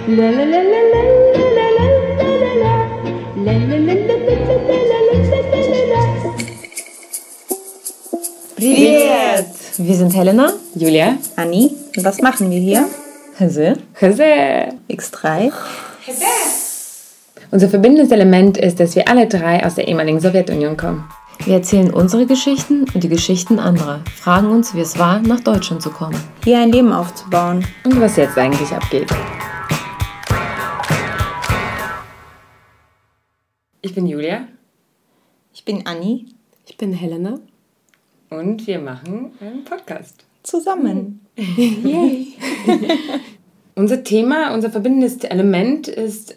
Привет! Wir sind Helena, Julia, Anni. Und was machen wir hier? Hase. X3. Unser verbindendes Element ist, dass wir alle drei aus der ehemaligen Sowjetunion kommen. Wir erzählen unsere Geschichten und die Geschichten anderer, fragen uns, wie es war, nach Deutschland zu kommen. Hier ein Leben aufzubauen. Und was jetzt eigentlich abgeht. Ich bin Julia. Ich bin Anni. Ich bin Helena. Und wir machen einen Podcast. Zusammen. Yay! Unser Thema, unser verbindendes Element ist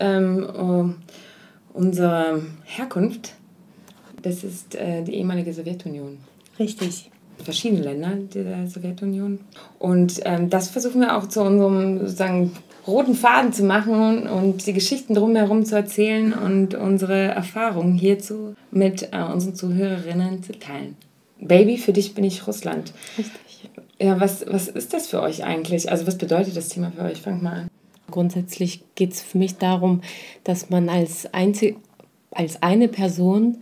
unsere Herkunft. Das ist die ehemalige Sowjetunion. Richtig. Verschiedene Länder der Sowjetunion. Und das versuchen wir auch zu unserem sozusagen roten Faden zu machen und die Geschichten drumherum zu erzählen und unsere Erfahrungen hierzu mit unseren Zuhörerinnen zu teilen. Baby, für dich bin ich Russland. Richtig. Ja, was ist das für euch eigentlich? Also was bedeutet das Thema für euch? Fangt mal an. Grundsätzlich geht es für mich darum, dass man als eine Person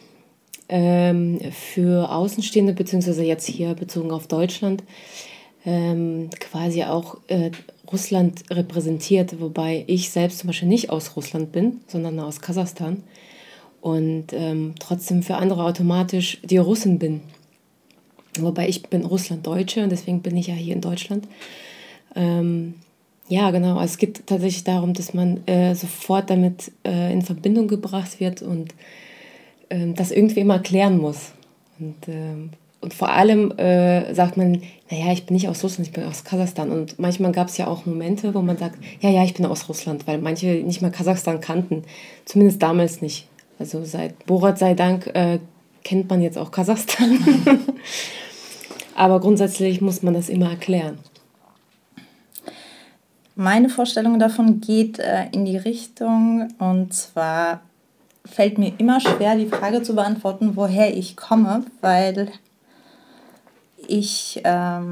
für Außenstehende, beziehungsweise jetzt hier bezogen auf Deutschland, quasi auch Russland repräsentiert, wobei ich selbst zum Beispiel nicht aus Russland bin, sondern aus Kasachstan und trotzdem für andere automatisch die Russin bin. Wobei ich bin Russlanddeutsche und deswegen bin ich ja hier in Deutschland. Ja, genau, also es geht tatsächlich darum, dass man sofort damit in Verbindung gebracht wird und das irgendwie immer klären muss. Und vor allem sagt man, naja, ich bin nicht aus Russland, ich bin aus Kasachstan. Und manchmal gab es ja auch Momente, wo man sagt, ja, ich bin aus Russland, weil manche nicht mal Kasachstan kannten. Zumindest damals nicht. Also seit Borat sei Dank kennt man jetzt auch Kasachstan. Aber grundsätzlich muss man das immer erklären. Meine Vorstellung davon geht in die Richtung, und zwar fällt mir immer schwer, die Frage zu beantworten, woher ich komme, weil ich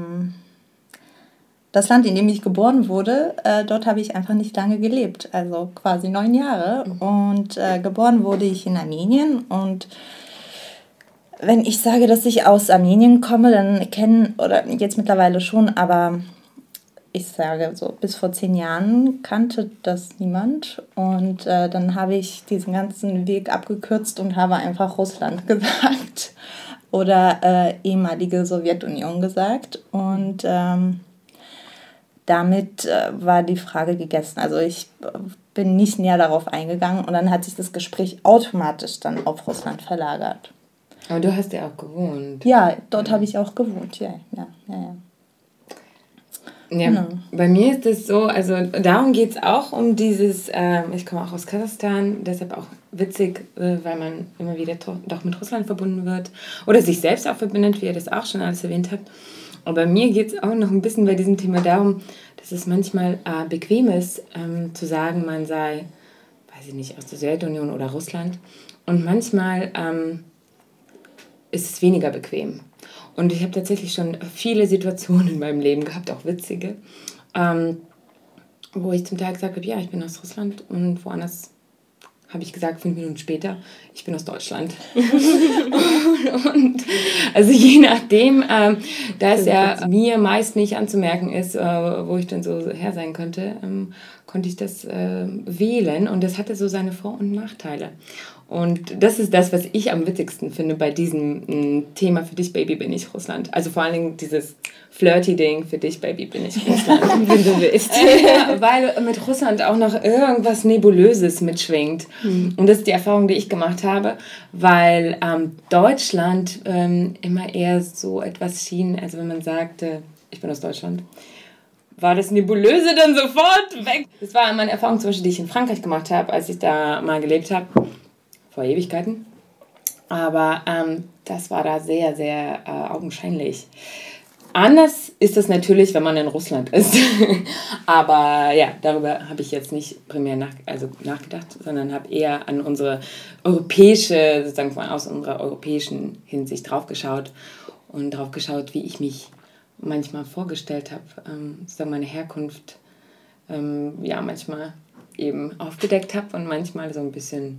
das Land, in dem ich geboren wurde, dort habe ich einfach nicht lange gelebt, also quasi 9 Jahre. Und geboren wurde ich in Armenien. Und wenn ich sage, dass ich aus Armenien komme, dann oder jetzt mittlerweile schon, aber ich sage so, bis vor 10 Jahren kannte das niemand. Und dann habe ich diesen ganzen Weg abgekürzt und habe einfach Russland gesagt oder ehemalige Sowjetunion gesagt. Und damit war die Frage gegessen. Also ich bin nicht näher darauf eingegangen und dann hat sich das Gespräch automatisch dann auf Russland verlagert. Aber du hast ja auch gewohnt. Ja, dort habe ich auch gewohnt, ja. Ja, genau. Bei mir ist es so, also darum geht es auch um dieses, ich komme auch aus Kasachstan, deshalb auch witzig, weil man immer wieder doch mit Russland verbunden wird oder sich selbst auch verbindet, wie ihr das auch schon alles erwähnt habt. Aber bei mir geht es auch noch ein bisschen bei diesem Thema darum, dass es manchmal bequem ist, zu sagen, man sei, weiß ich nicht, aus der Sowjetunion oder Russland. Und manchmal ist es weniger bequem. Und ich habe tatsächlich schon viele Situationen in meinem Leben gehabt, auch witzige, wo ich zum Teil gesagt habe, ja, ich bin aus Russland, und woanders habe ich gesagt, 5 Minuten später, ich bin aus Deutschland. und also je nachdem, da es ja mir meist nicht anzumerken ist, wo ich dann so her sein könnte, konnte ich das wählen, und das hatte so seine Vor- und Nachteile. Und das ist das, was ich am witzigsten finde bei diesem Thema, für dich, Baby, bin ich Russland. Also vor allen Dingen dieses Flirty-Ding, für dich, Baby, bin ich Russland, wenn du willst. Weil mit Russland auch noch irgendwas Nebulöses mitschwingt. Und das ist die Erfahrung, die ich gemacht habe, weil Deutschland immer eher so etwas schien, also wenn man sagte, ich bin aus Deutschland, war das Nebulöse dann sofort weg. Das war meine Erfahrung zum Beispiel, die ich in Frankreich gemacht habe, als ich da mal gelebt habe. Vor Ewigkeiten. Aber das war da sehr, sehr augenscheinlich. Anders ist es natürlich, wenn man in Russland ist. Aber ja, darüber habe ich jetzt nicht primär nachgedacht, sondern habe eher an unsere europäische, sozusagen aus unserer europäischen Hinsicht draufgeschaut und drauf geschaut, wie ich mich manchmal vorgestellt habe, sozusagen meine Herkunft manchmal eben aufgedeckt habe und manchmal so ein bisschen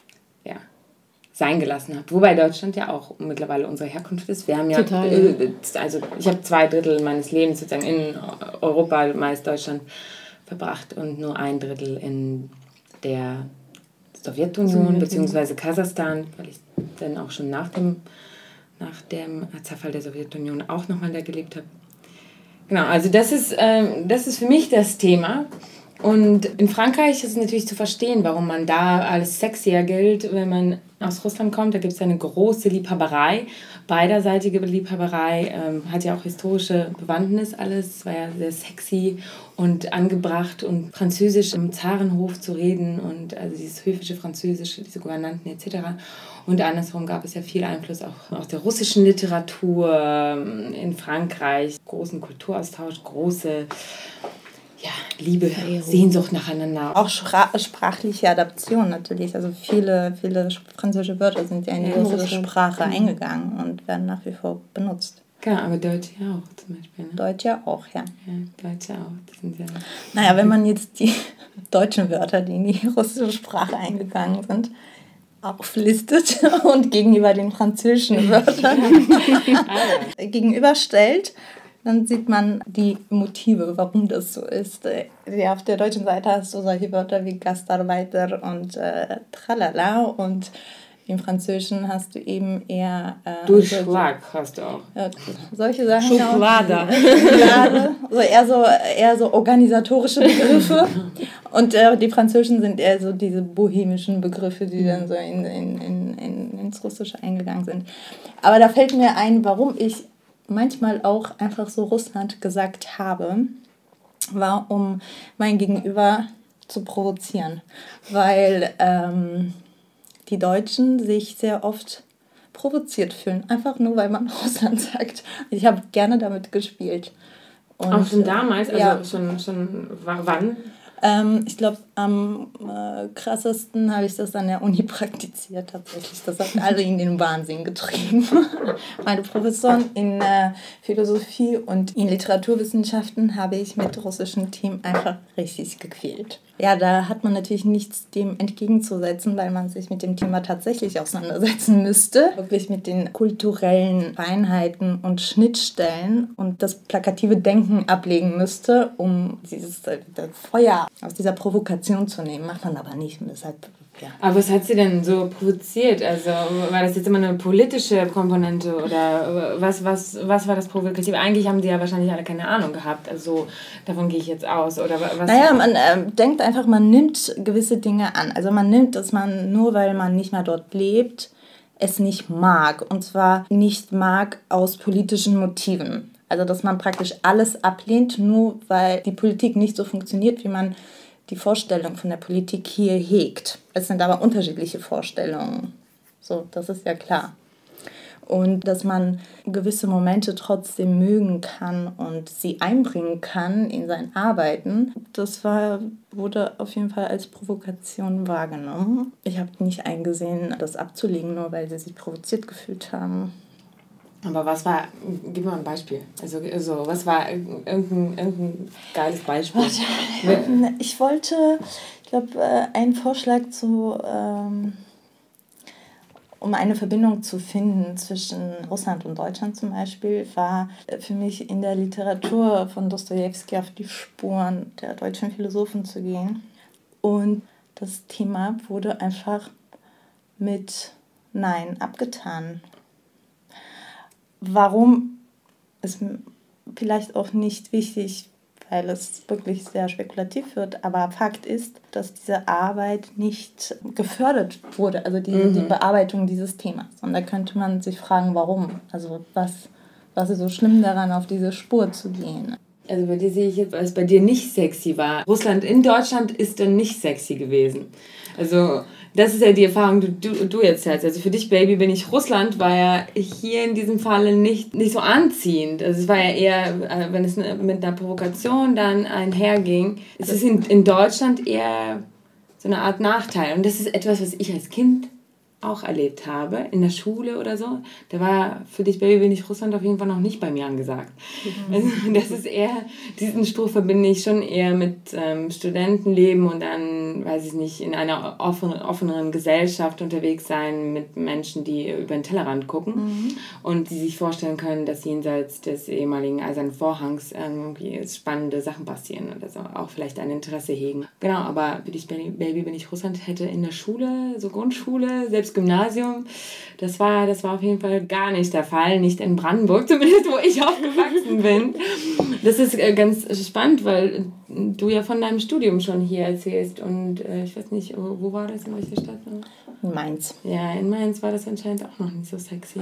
sein gelassen habe. Wobei Deutschland ja auch mittlerweile unsere Herkunft ist. Wir haben ja, also ich habe 2/3 meines Lebens sozusagen in Europa, meist Deutschland, verbracht und nur 1/3 in der Sowjetunion bzw. Kasachstan, weil ich dann auch schon nach dem Zerfall der Sowjetunion auch nochmal da gelebt habe. Genau, also das ist für mich das Thema. Und in Frankreich ist es natürlich zu verstehen, warum man da als sexier gilt, wenn man aus Russland kommt. Da gibt es eine große Liebhaberei, beiderseitige Liebhaberei, hat ja auch historische Bewandtnis alles. Es war ja sehr sexy und angebracht und französisch im Zarenhof zu reden und also dieses höfische Französische, diese Gouvernanten etc. Und andersrum gab es ja viel Einfluss auch aus der russischen Literatur in Frankreich, großen Kulturaustausch, große Liebe, Sehnsucht nacheinander. Auch sprachliche Adaption natürlich. Also viele französische Wörter sind ja in die russische Sprache eingegangen und werden nach wie vor benutzt. Genau, aber Deutsch ja auch zum Beispiel. Ne? Deutsch ja auch, ja. Ja, Deutsch ja auch. Die sind ja naja, wenn man jetzt die deutschen Wörter, die in die russische Sprache eingegangen sind, auflistet und gegenüber den französischen Wörtern gegenüberstellt, dann sieht man die Motive, warum das so ist. Ja, auf der deutschen Seite hast du solche Wörter wie Gastarbeiter und Tralala und im Französischen hast du eben eher... Durchschlag hast du auch. Solche Sachen. Schokolade. Also eher so organisatorische Begriffe. Und die Französischen sind eher so diese bohemischen Begriffe, die dann so ins Russische eingegangen sind. Aber da fällt mir ein, warum ich manchmal auch einfach so Russland gesagt habe, war, um mein Gegenüber zu provozieren. Weil die Deutschen sich sehr oft provoziert fühlen. Einfach nur, weil man Russland sagt. Ich habe gerne damit gespielt. Und, auch schon damals? Also schon wann? Ich glaube, am krassesten habe ich das an der Uni praktiziert tatsächlich. Das hat alle in den Wahnsinn getrieben. Meine Professoren in Philosophie und in Literaturwissenschaften habe ich mit russischen Themen einfach richtig gequält. Ja, da hat man natürlich nichts dem entgegenzusetzen, weil man sich mit dem Thema tatsächlich auseinandersetzen müsste. Wirklich mit den kulturellen Feinheiten und Schnittstellen und das plakative Denken ablegen müsste, um dieses das Feuer aus dieser Provokation zu nehmen. Macht man aber nicht. Und deshalb, ja. Aber was hat sie denn so provoziert? Also war das jetzt immer eine politische Komponente oder was war das Provokative? Eigentlich haben die ja wahrscheinlich alle keine Ahnung gehabt. Also davon gehe ich jetzt aus. Oder was? Naja, man denkt einfach, man nimmt gewisse Dinge an. Also man nimmt, dass man nur weil man nicht mehr dort lebt, es nicht mag. Und zwar nicht mag aus politischen Motiven. Also dass man praktisch alles ablehnt, nur weil die Politik nicht so funktioniert, wie man die Vorstellung von der Politik hier hegt. Es sind aber unterschiedliche Vorstellungen. So, das ist ja klar. Und dass man gewisse Momente trotzdem mögen kann und sie einbringen kann in sein Arbeiten, das wurde auf jeden Fall als Provokation wahrgenommen. Ich habe nicht eingesehen, das abzulegen, nur weil sie sich provoziert gefühlt haben. Aber gib mir mal ein Beispiel. Also was war irgendein geiles Beispiel? Ich glaube, einen Vorschlag um eine Verbindung zu finden zwischen Russland und Deutschland zum Beispiel, war für mich in der Literatur von Dostojewski auf die Spuren der deutschen Philosophen zu gehen. Und das Thema wurde einfach mit Nein abgetan. Warum, ist vielleicht auch nicht wichtig, weil es wirklich sehr spekulativ wird, aber Fakt ist, dass diese Arbeit nicht gefördert wurde, also die Bearbeitung dieses Themas. Und da könnte man sich fragen, warum? Also was ist so schlimm daran, auf diese Spur zu gehen? Also bei dir sehe ich jetzt, weil es bei dir nicht sexy war. Russland in Deutschland ist dann nicht sexy gewesen. Also das ist ja die Erfahrung, die du jetzt hast. Also für dich, Baby, bin ich Russland, war ja hier in diesem Falle nicht so anziehend. Also es war ja eher, wenn es mit einer Provokation dann einherging, es ist in Deutschland eher so eine Art Nachteil. Und das ist etwas, was ich als Kind auch erlebt habe, in der Schule oder so, da war für dich Baby bin ich Russland auf jeden Fall noch nicht bei mir angesagt. Also das ist eher, diesen Spruch verbinde ich schon eher mit Studentenleben und dann, weiß ich nicht, in einer offeneren Gesellschaft unterwegs sein mit Menschen, die über den Tellerrand gucken und die sich vorstellen können, dass jenseits des ehemaligen Eisernen Vorhangs irgendwie spannende Sachen passieren oder so, auch vielleicht ein Interesse hegen. Genau, aber für dich Baby bin ich Russland hätte in der Schule, so Grundschule, selbst Gymnasium, das war auf jeden Fall gar nicht der Fall, nicht in Brandenburg, zumindest wo ich aufgewachsen bin. Das ist ganz spannend, weil du ja von deinem Studium schon hier erzählst und ich weiß nicht, wo war das, in welcher Stadt? In Mainz. Ja, in Mainz war das anscheinend auch noch nicht so sexy.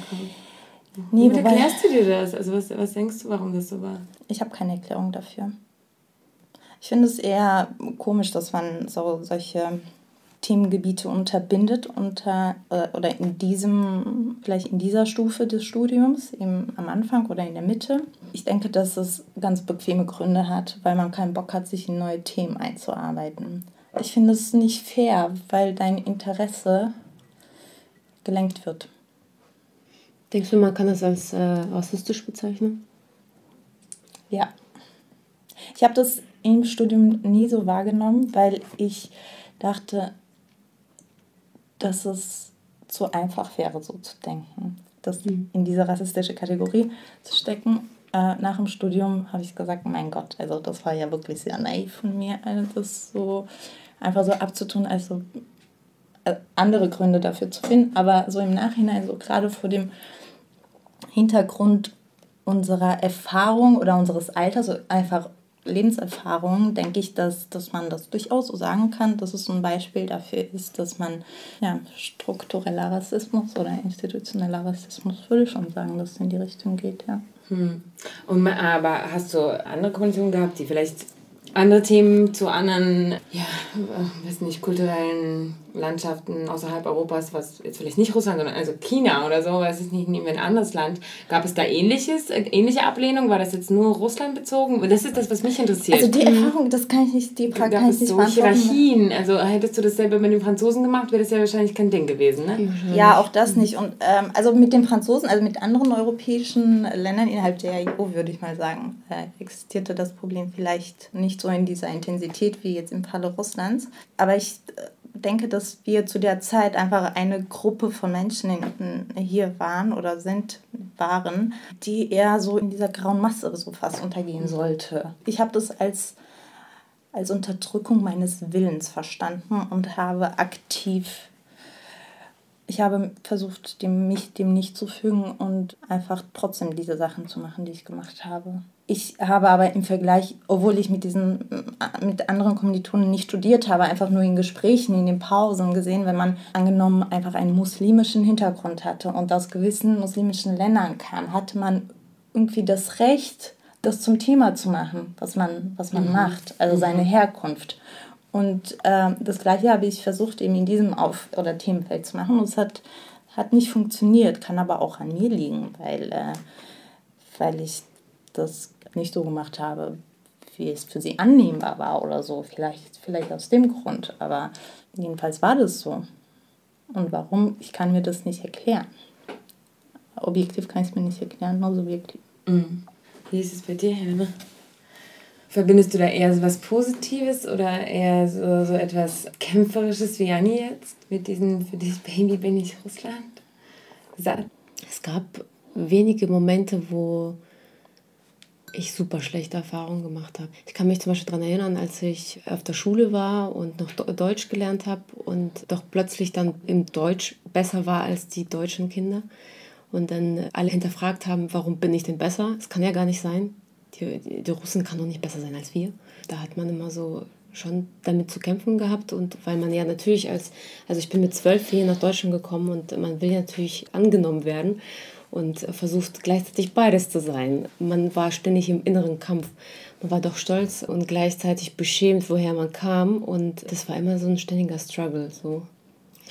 Nee, wie erklärst du dir das? Also was denkst du, warum das so war? Ich habe keine Erklärung dafür. Ich finde es eher komisch, dass man solche Themengebiete unterbindet oder vielleicht in dieser Stufe des Studiums, eben am Anfang oder in der Mitte. Ich denke, dass es ganz bequeme Gründe hat, weil man keinen Bock hat, sich in neue Themen einzuarbeiten. Ich finde es nicht fair, weil dein Interesse gelenkt wird. Denkst du, man kann das als rassistisch bezeichnen? Ja. Ich habe das im Studium nie so wahrgenommen, weil ich dachte, dass es zu einfach wäre, so zu denken. Das in diese rassistische Kategorie zu stecken. Nach dem Studium habe ich gesagt, mein Gott, also das war ja wirklich sehr naiv von mir, das so einfach so abzutun, also andere Gründe dafür zu finden. Aber so im Nachhinein, so gerade vor dem Hintergrund unserer Erfahrung oder unseres Alters, so einfach Lebenserfahrung, denke ich, dass man das durchaus so sagen kann, dass es ein Beispiel dafür ist, dass man struktureller Rassismus oder institutioneller Rassismus, würde ich schon sagen, dass es in die Richtung geht, ja. Aber hast du andere Kommilitonen gehabt, die vielleicht andere Themen zu anderen, weiß nicht, kulturellen Landschaften außerhalb Europas, was jetzt vielleicht nicht Russland, sondern also China oder so, weiß ich nicht, nehmen wir ein anderes Land. Gab es da ähnliche Ablehnung? War das jetzt nur Russland bezogen? Das ist das, was mich interessiert. Also die Erfahrung, das kann ich nicht, die Frage kann ich nicht beantworten. Gab es so Hierarchien? Also hättest du das selber mit den Franzosen gemacht, wäre das ja wahrscheinlich kein Ding gewesen, ne? Ja, auch das nicht. Und also mit den Franzosen, also mit anderen europäischen Ländern innerhalb der EU, würde ich mal sagen, existierte das Problem vielleicht nicht so in dieser Intensität wie jetzt im Falle Russlands. Aber ich denke, dass wir zu der Zeit einfach eine Gruppe von Menschen hier waren, die eher so in dieser grauen Masse so fast untergehen sollte. Ich habe das als Unterdrückung meines Willens verstanden und habe versucht, mich dem nicht zu fügen und einfach trotzdem diese Sachen zu machen, die ich gemacht habe. Ich habe aber im Vergleich, obwohl ich mit anderen Kommilitonen nicht studiert habe, einfach nur in Gesprächen, in den Pausen gesehen, wenn man angenommen einfach einen muslimischen Hintergrund hatte und aus gewissen muslimischen Ländern kam, hatte man irgendwie das Recht, das zum Thema zu machen, was man macht, also seine Herkunft. Und das Gleiche habe ich versucht, eben in diesem Themenfeld zu machen. Und es hat nicht funktioniert, kann aber auch an mir liegen, weil ich das nicht so gemacht habe, wie es für sie annehmbar war oder so. Vielleicht aus dem Grund, aber jedenfalls war das so. Und warum? Ich kann mir das nicht erklären. Objektiv kann ich es mir nicht erklären, nur subjektiv. Wie ist es bei dir, Helene? Verbindest du da eher so was Positives oder eher so etwas Kämpferisches wie Janni jetzt mit diesem für dich Baby bin ich Russland? Es gab wenige Momente, wo ich super schlechte Erfahrungen gemacht habe. Ich kann mich zum Beispiel daran erinnern, als ich auf der Schule war und noch Deutsch gelernt habe und doch plötzlich dann im Deutsch besser war als die deutschen Kinder und dann alle hinterfragt haben, warum bin ich denn besser? Das kann ja gar nicht sein. Die Russen kann doch nicht besser sein als wir. Da hat man immer so schon damit zu kämpfen gehabt und weil man ja natürlich also ich bin mit 12 hier nach Deutschland gekommen und man will ja natürlich angenommen werden und versucht gleichzeitig beides zu sein. Man war ständig im inneren Kampf. Man war doch stolz und gleichzeitig beschämt, woher man kam und das war immer so ein ständiger Struggle. So.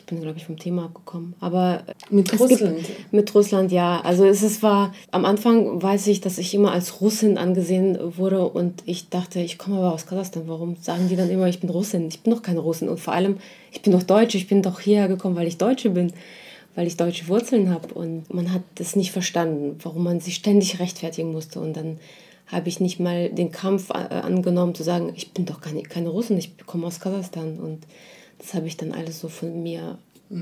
bin, glaube ich, vom Thema abgekommen. Aber mit Russland? Mit Russland, ja. Also war, am Anfang weiß ich, dass ich immer als Russin angesehen wurde und ich dachte, ich komme aber aus Kasachstan. Warum sagen die dann immer, ich bin Russin? Ich bin doch keine Russin. Und vor allem, ich bin doch Deutsche. Ich bin doch hierher gekommen, weil ich Deutsche bin, weil ich deutsche Wurzeln habe. Und man hat das nicht verstanden, warum man sich ständig rechtfertigen musste. Und dann habe ich nicht mal den Kampf angenommen, zu sagen, ich bin doch keine Russin, ich komme aus Kasachstan. Und das habe ich dann alles so von mir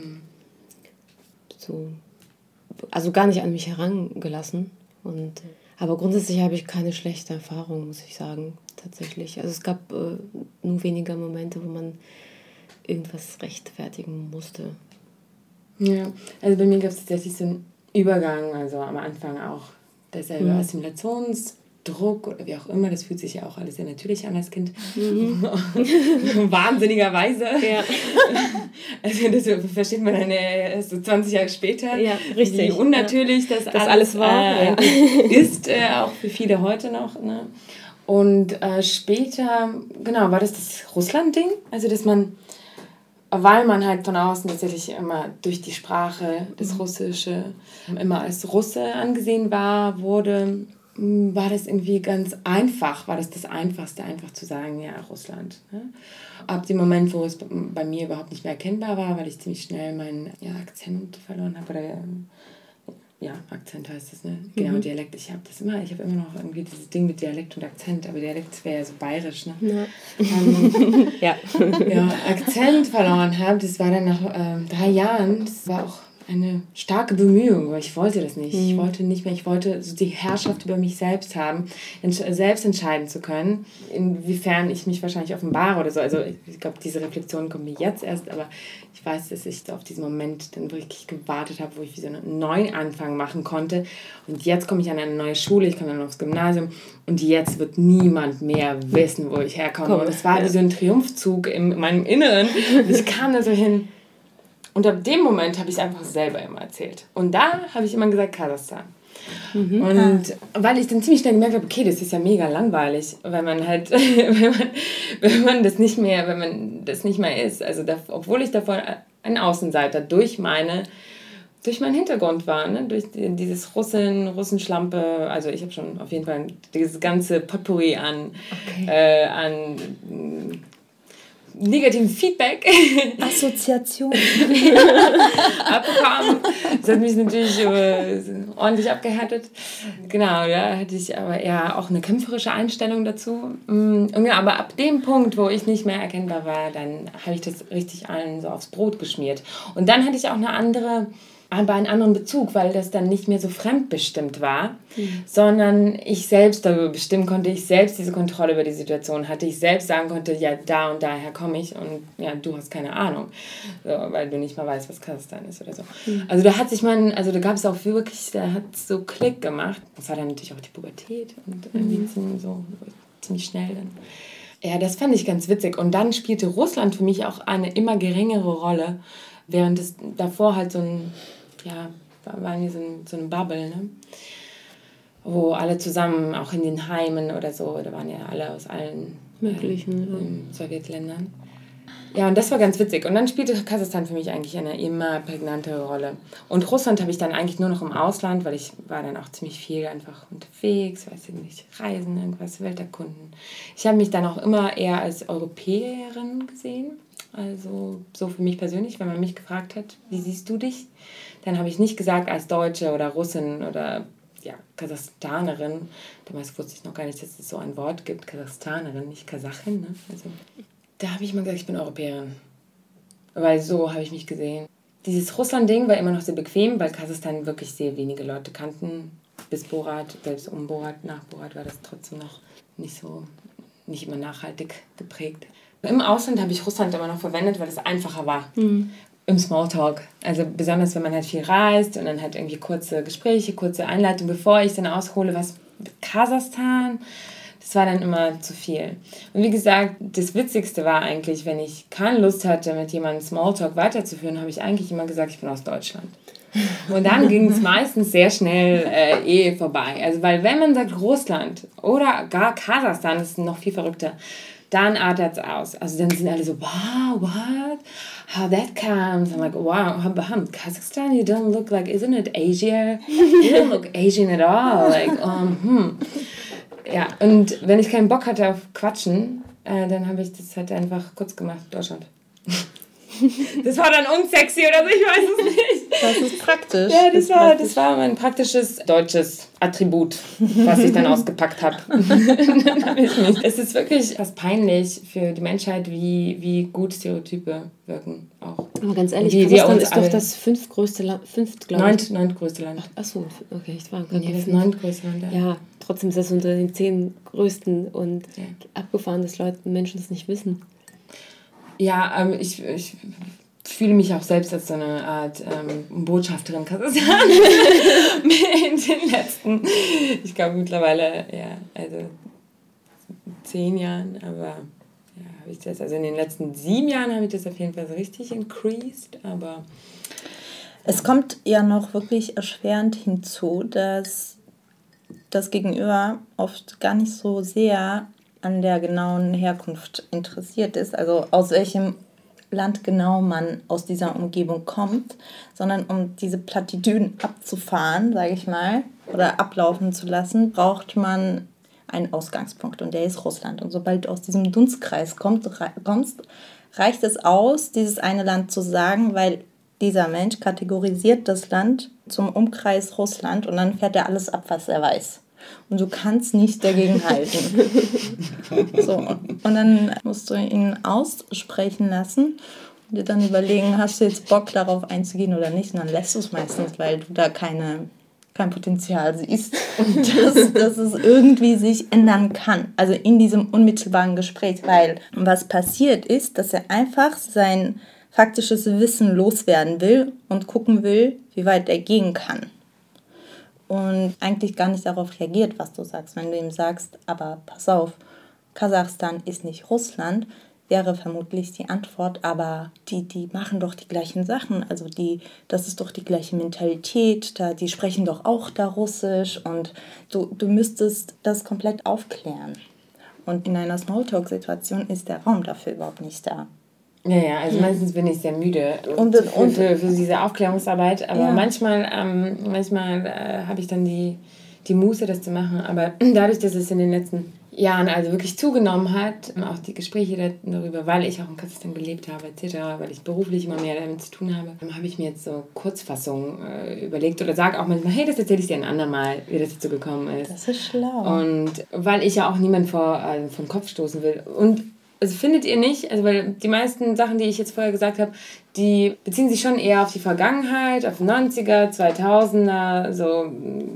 so, also gar nicht an mich herangelassen. Aber grundsätzlich habe ich keine schlechte Erfahrung, muss ich sagen, tatsächlich. Also es gab nur weniger Momente, wo man irgendwas rechtfertigen musste. Ja, also bei mir gab es tatsächlich so einen Übergang, also am Anfang auch derselbe Assimilationsdruck oder wie auch immer, das fühlt sich ja auch alles sehr natürlich an als Kind. Wahnsinnigerweise. Ja. Also das versteht man dann erst so 20 Jahre später, ja, richtig, wie unnatürlich das alles war. Ist auch für viele heute noch. Ne? Und später, genau, war das Russland-Ding, also dass man, weil man halt von außen tatsächlich immer durch die Sprache, das Russische, immer als Russe angesehen wurde, war das irgendwie ganz einfach, war das Einfachste, einfach zu sagen, ja, Russland. Ne? Ab dem Moment, wo es bei mir überhaupt nicht mehr erkennbar war, weil ich ziemlich schnell meinen Akzent verloren habe, oder Akzent heißt das, ne? Genau, Dialekt. Ich habe immer noch irgendwie dieses Ding mit Dialekt und Akzent, aber Dialekt wäre ja so bayerisch, ne? Ja. Akzent verloren habe, das war dann nach 3 Jahren, das war auch eine starke Bemühung, weil ich wollte das nicht. Ich wollte nicht mehr, ich wollte so die Herrschaft über mich selbst haben, selbst entscheiden zu können, inwiefern ich mich wahrscheinlich offenbare oder so. Also ich glaube, diese Reflexion kommt mir jetzt erst, aber ich weiß, dass ich auf diesen Moment dann wirklich gewartet habe, wo ich wie so einen Neuanfang machen konnte. Und jetzt komme ich an eine neue Schule, ich komme dann aufs Gymnasium und jetzt wird niemand mehr wissen, wo ich herkomme. Und es war wie so ein Triumphzug in meinem Inneren. Und ich kam da so hin. Und ab dem Moment habe ich es einfach selber immer erzählt. Und da habe ich immer gesagt, Kasachstan. Und weil ich dann ziemlich schnell gemerkt habe, okay, das ist ja mega langweilig, wenn man halt, wenn man das nicht mehr ist. Also obwohl ich davor ein Außenseiter durch meinen Hintergrund war, ne? Durch dieses Russenschlampe, also ich habe schon auf jeden Fall dieses ganze Potpourri an negativen Feedback. Assoziation. abbekommen. Das hat mich natürlich ordentlich abgehärtet. Genau, da hatte ich aber eher auch eine kämpferische Einstellung dazu. Aber ab dem Punkt, wo ich nicht mehr erkennbar war, dann habe ich das richtig allen so aufs Brot geschmiert. Und dann hatte ich auch einen anderen Bezug, weil das dann nicht mehr so fremdbestimmt war, sondern ich selbst darüber bestimmen konnte, ich selbst diese Kontrolle über die Situation hatte, ich selbst sagen konnte, ja, da und daher komme ich und ja, du hast keine Ahnung, so, weil du nicht mal weißt, was Kasachstan ist oder so. Also da gab es auch wirklich, da hat es so Klick gemacht. Das war dann natürlich auch die Pubertät und irgendwie ziemlich schnell dann. Ja, das fand ich ganz witzig. Und dann spielte Russland für mich auch eine immer geringere Rolle, während es davor halt war wie so eine Bubble, ne? Wo alle zusammen, auch in den Heimen oder so, da waren ja alle aus allen möglichen Sowjetländern. Ja, und das war ganz witzig. Und dann spielte Kasachstan für mich eigentlich eine immer prägnantere Rolle. Und Russland habe ich dann eigentlich nur noch im Ausland, weil ich war dann auch ziemlich viel einfach unterwegs, weiß ich nicht, Reisen, irgendwas, Welt erkunden. Ich habe mich dann auch immer eher als Europäerin gesehen. Also so für mich persönlich, wenn man mich gefragt hat, wie siehst du dich? Dann habe ich nicht gesagt als Deutsche oder Russin oder Kasachstanerin. Damals wusste ich noch gar nicht, dass es so ein Wort gibt, Kasachstanerin, nicht Kasachin. Ne? Also, da habe ich mal gesagt, ich bin Europäerin. Weil so habe ich mich gesehen. Dieses Russland-Ding war immer noch sehr bequem, weil Kasachstan wirklich sehr wenige Leute kannten. Bis Borat, selbst um Borat, nach Borat war das trotzdem noch nicht immer nachhaltig geprägt. Im Ausland habe ich Russland immer noch verwendet, weil es einfacher war. Im Smalltalk. Also besonders, wenn man halt viel reist und dann halt irgendwie kurze Gespräche, kurze Einleitung, bevor ich dann aushole, was mit Kasachstan, das war dann immer zu viel. Und wie gesagt, das Witzigste war eigentlich, wenn ich keine Lust hatte, mit jemandem Smalltalk weiterzuführen, habe ich eigentlich immer gesagt, ich bin aus Deutschland. Und dann ging es meistens sehr schnell vorbei. Also, weil wenn man sagt Russland oder gar Kasachstan, das ist noch viel verrückter, dann artet es aus. Also dann sind alle so, wow, what? How that comes? I'm like, wow, Kazakhstan, you don't look like, isn't it Asia? You don't look Asian at all. Like, Ja, und wenn ich keinen Bock hatte auf Quatschen, dann habe ich das halt einfach kurz gemacht, Deutschland. Das war dann unsexy oder so, ich weiß es nicht. Das ist praktisch. Ja, das war mein praktisches deutsches Attribut, was ich dann ausgepackt habe. Es ist wirklich fast peinlich für die Menschheit, wie gut Stereotype wirken. Auch. Aber ganz ehrlich, Kasachstan ist doch das fünftgrößte Land. Neuntgrößte Land. Achso, okay, ich war das neuntgrößte Land. Ja, trotzdem ist das unter den 10 größten und abgefahren, dass Menschen das nicht wissen. Ja, ich fühle mich auch selbst als so eine Art Botschafterin Kasachstan in den letzten, ich glaube mittlerweile, also 10 Jahren, aber habe ich das, also in den letzten 7 Jahren habe ich das auf jeden Fall so richtig increased, aber... Es kommt ja noch wirklich erschwerend hinzu, dass das Gegenüber oft gar nicht so sehr an der genauen Herkunft interessiert ist, also aus welchem Land genau man aus dieser Umgebung kommt, sondern um diese Plattitüden abzufahren, sage ich mal, oder ablaufen zu lassen, braucht man einen Ausgangspunkt und der ist Russland. Und sobald du aus diesem Dunstkreis kommst, reicht es aus, dieses eine Land zu sagen, weil dieser Mensch kategorisiert das Land zum Umkreis Russland und dann fährt er alles ab, was er weiß. Und du kannst nicht dagegen halten. So, und dann musst du ihn aussprechen lassen und dir dann überlegen, hast du jetzt Bock darauf einzugehen oder nicht. Und dann lässt du es meistens, weil du da kein Potenzial siehst, dass es irgendwie sich ändern kann. Also in diesem unmittelbaren Gespräch. Weil was passiert ist, dass er einfach sein faktisches Wissen loswerden will und gucken will, wie weit er gehen kann. Und eigentlich gar nicht darauf reagiert, was du sagst. Wenn du ihm sagst, aber pass auf, Kasachstan ist nicht Russland, wäre vermutlich die Antwort, aber die machen doch die gleichen Sachen, also das ist doch die gleiche Mentalität, die sprechen doch auch da Russisch und du müsstest das komplett aufklären. Und in einer Smalltalk-Situation ist der Raum dafür überhaupt nicht da. Ja, also meistens bin ich sehr müde für diese Aufklärungsarbeit, aber manchmal habe ich dann die Muße, das zu machen. Aber dadurch, dass es in den letzten Jahren also wirklich zugenommen hat, auch die Gespräche darüber, weil ich auch in Kasachstan gelebt habe, etc., weil ich beruflich immer mehr damit zu tun habe, habe ich mir jetzt so Kurzfassungen überlegt oder sage auch manchmal, hey, das erzähle ich dir ein andermal, wie das dazu gekommen ist. Das ist schlau. Und weil ich ja auch niemanden vor den Kopf stoßen will. Und also findet ihr nicht, also weil die meisten Sachen, die ich jetzt vorher gesagt habe, die beziehen sich schon eher auf die Vergangenheit, auf 90er, 2000er, so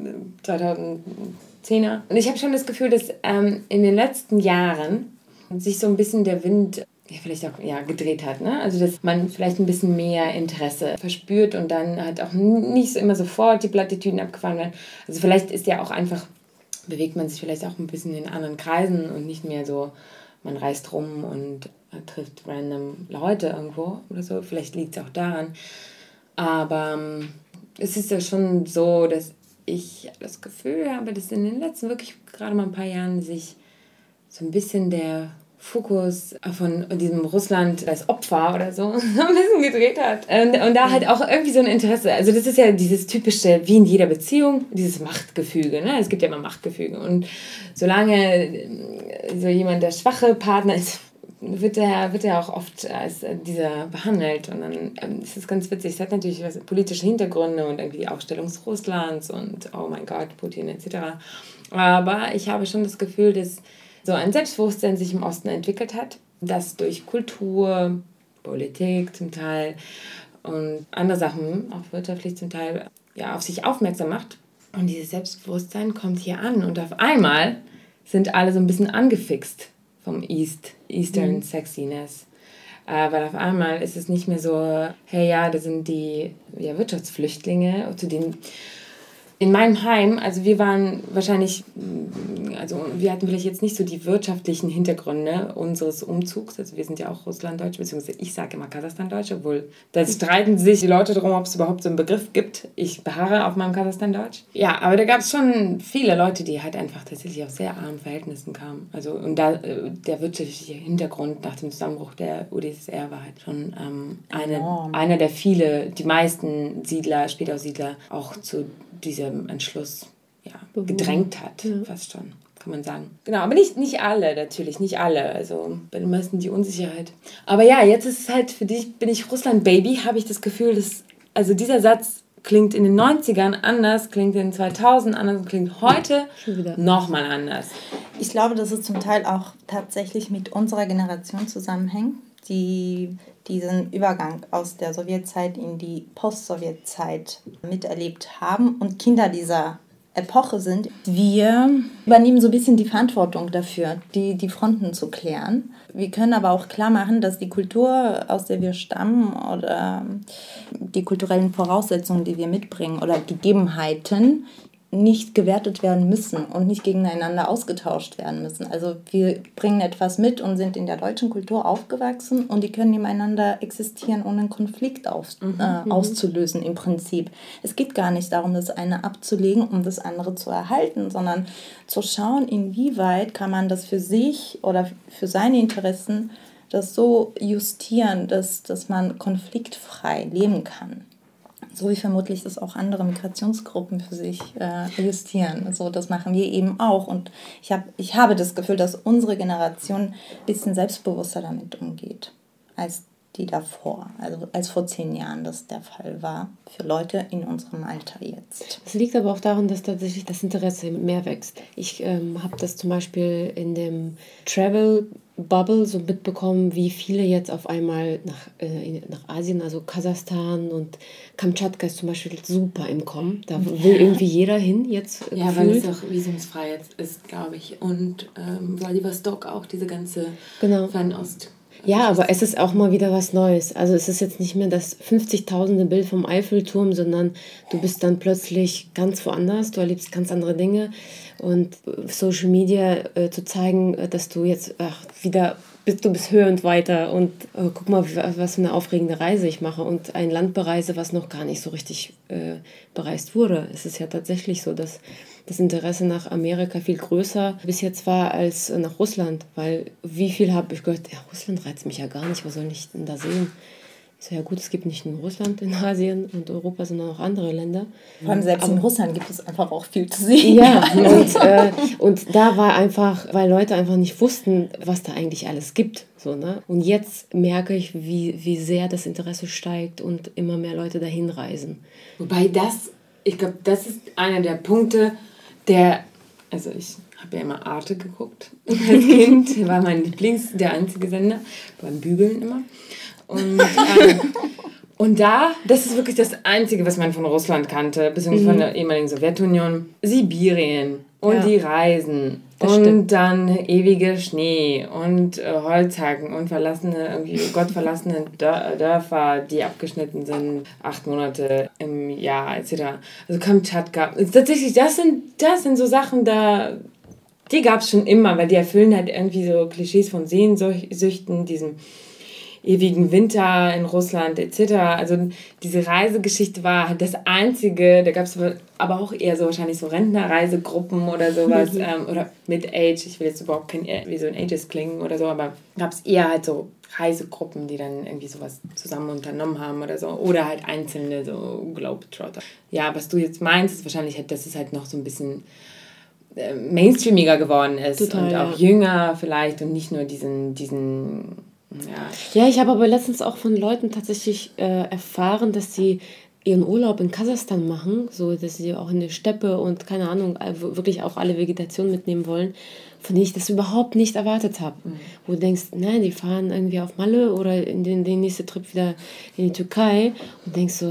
2010er. Und ich habe schon das Gefühl, dass in den letzten Jahren sich so ein bisschen der Wind vielleicht auch gedreht hat. Ne? Also dass man vielleicht ein bisschen mehr Interesse verspürt und dann halt auch nicht so immer sofort die Plattitüden abgefahren werden. Also vielleicht ist ja auch einfach, bewegt man sich vielleicht auch ein bisschen in anderen Kreisen und nicht mehr so, man reist rum und trifft random Leute irgendwo oder so. Vielleicht liegt es auch daran. Aber es ist ja schon so, dass ich das Gefühl habe, dass in den letzten wirklich gerade mal ein paar Jahren sich so ein bisschen der Fokus von diesem Russland als Opfer oder so ein bisschen gedreht hat. Und da halt auch irgendwie so ein Interesse. Also das ist ja dieses typische, wie in jeder Beziehung, dieses Machtgefüge. Ne? Es gibt ja immer Machtgefüge. Und solange so jemand der schwache Partner ist, wird er auch oft als dieser behandelt. Und dann ist es ganz witzig. Es hat natürlich politische Hintergründe und irgendwie die Aufstellung Russlands und oh mein Gott, Putin etc. Aber ich habe schon das Gefühl, dass so ein Selbstbewusstsein sich im Osten entwickelt hat, das durch Kultur, Politik zum Teil und andere Sachen, auch wirtschaftlich zum Teil, auf sich aufmerksam macht. Und dieses Selbstbewusstsein kommt hier an und auf einmal sind alle so ein bisschen angefixt vom Eastern Sexiness. Weil auf einmal ist es nicht mehr so, hey ja, das sind die Wirtschaftsflüchtlinge, zu denen In meinem Heim, also wir waren wahrscheinlich, also wir hatten vielleicht jetzt nicht so die wirtschaftlichen Hintergründe unseres Umzugs. Also wir sind ja auch Russlanddeutsch, beziehungsweise ich sage immer Kasachstandeutsch, obwohl da streiten sich die Leute darum, ob es überhaupt so einen Begriff gibt. Ich beharre auf meinem Kasachstandeutsch. Ja, aber da gab es schon viele Leute, die halt einfach tatsächlich aus sehr armen Verhältnissen kamen. Also und da der wirtschaftliche Hintergrund nach dem Zusammenbruch der UdSSR war halt schon einer der die meisten Siedler, Spätaussiedler auch zu diesem Entschluss gedrängt hat, fast schon, kann man sagen. Genau, aber nicht alle, natürlich, nicht alle. Also bei den meisten die Unsicherheit. Aber ja, jetzt ist es halt für dich, bin ich Russland-Baby, habe ich das Gefühl, also dieser Satz klingt in den 90ern anders, klingt in den 2000 anders, klingt heute nochmal anders. Ich glaube, dass es zum Teil auch tatsächlich mit unserer Generation zusammenhängt, die diesen Übergang aus der Sowjetzeit in die Post-Sowjetzeit miterlebt haben und Kinder dieser Epoche sind. Wir übernehmen so ein bisschen die Verantwortung dafür, die Fronten zu klären. Wir können aber auch klar machen, dass die Kultur, aus der wir stammen oder die kulturellen Voraussetzungen, die wir mitbringen oder Gegebenheiten, nicht gewertet werden müssen und nicht gegeneinander ausgetauscht werden müssen. Also wir bringen etwas mit und sind in der deutschen Kultur aufgewachsen und die können nebeneinander existieren, ohne einen Konflikt auszulösen im Prinzip. Es geht gar nicht darum, das eine abzulegen, um das andere zu erhalten, sondern zu schauen, inwieweit kann man das für sich oder für seine Interessen das so justieren, dass man konfliktfrei leben kann. So wie vermutlich das auch andere Migrationsgruppen für sich justieren. Also das machen wir eben auch. Und ich habe das Gefühl, dass unsere Generation ein bisschen selbstbewusster damit umgeht, als die davor. Also als vor 10 Jahren das der Fall war für Leute in unserem Alter jetzt. Es liegt aber auch daran, dass tatsächlich das Interesse mehr wächst. Ich habe das zum Beispiel in dem Travel Bubble so mitbekommen, wie viele jetzt auf einmal nach Asien, also Kasachstan und Kamtschatka ist zum Beispiel super im Kommen. Da will irgendwie jeder hin jetzt. Ja, gefühlt. Weil es auch visumsfrei jetzt ist, glaube ich. Und Vladivostok auch, diese ganze Fernost. Ja, aber es ist auch mal wieder was Neues. Also es ist jetzt nicht mehr das 50.000. Bild vom Eiffelturm, sondern du bist dann plötzlich ganz woanders, du erlebst ganz andere Dinge. Und Social Media zu zeigen, dass du jetzt du bist höher und weiter und guck mal, was für eine aufregende Reise ich mache und ein Land bereise, was noch gar nicht so richtig bereist wurde. Es ist ja tatsächlich so, dass das Interesse nach Amerika viel größer bis jetzt war als nach Russland, weil wie viel habe ich gehört, ja, Russland reizt mich ja gar nicht, was soll ich denn da sehen? Ich so, ja gut, es gibt nicht nur Russland in Asien und Europa, sondern auch andere Länder. Vor allem selbst in Russland gibt es einfach auch viel zu sehen. Ja, und da war einfach, weil Leute einfach nicht wussten, was da eigentlich alles gibt. So, ne? Und jetzt merke ich, wie sehr das Interesse steigt und immer mehr Leute dahin reisen. Wobei ich glaube, das ist einer der Punkte, also ich habe ja immer Arte geguckt als Kind, war mein der einzige Sender, beim Bügeln immer. Und das ist wirklich das Einzige, was man von Russland kannte, beziehungsweise von der ehemaligen Sowjetunion. Sibirien und die Reisen und dann ewiger Schnee und Holzhacken und gottverlassene Dörfer, die abgeschnitten sind, 8 Monate im Jahr etc. Also Kamtschatka. Tatsächlich, das sind so Sachen, die gab es schon immer, weil die erfüllen halt irgendwie so Klischees von Sehnsüchten, diesem ewigen Winter in Russland etc. Also diese Reisegeschichte war halt das Einzige, da gab es aber auch eher so wahrscheinlich so Rentnerreisegruppen oder sowas oder Mid-Age, ich will jetzt überhaupt kein wie so ein Ageist klingen oder so, aber gab es eher halt so Reisegruppen, die dann irgendwie sowas zusammen unternommen haben oder so oder halt einzelne so Globetrotter. Ja, was du jetzt meinst, ist wahrscheinlich halt, dass es halt noch so ein bisschen mainstreamiger geworden ist. Total, und auch jünger vielleicht und nicht nur diesen Ja, ich habe aber letztens auch von Leuten tatsächlich erfahren, dass sie ihren Urlaub in Kasachstan machen, so dass sie auch in der Steppe und keine Ahnung, wirklich auch alle Vegetation mitnehmen wollen, von denen ich das überhaupt nicht erwartet habe. Wo du denkst, nein, die fahren irgendwie auf Malle oder in den nächsten Trip wieder in die Türkei und denkst so,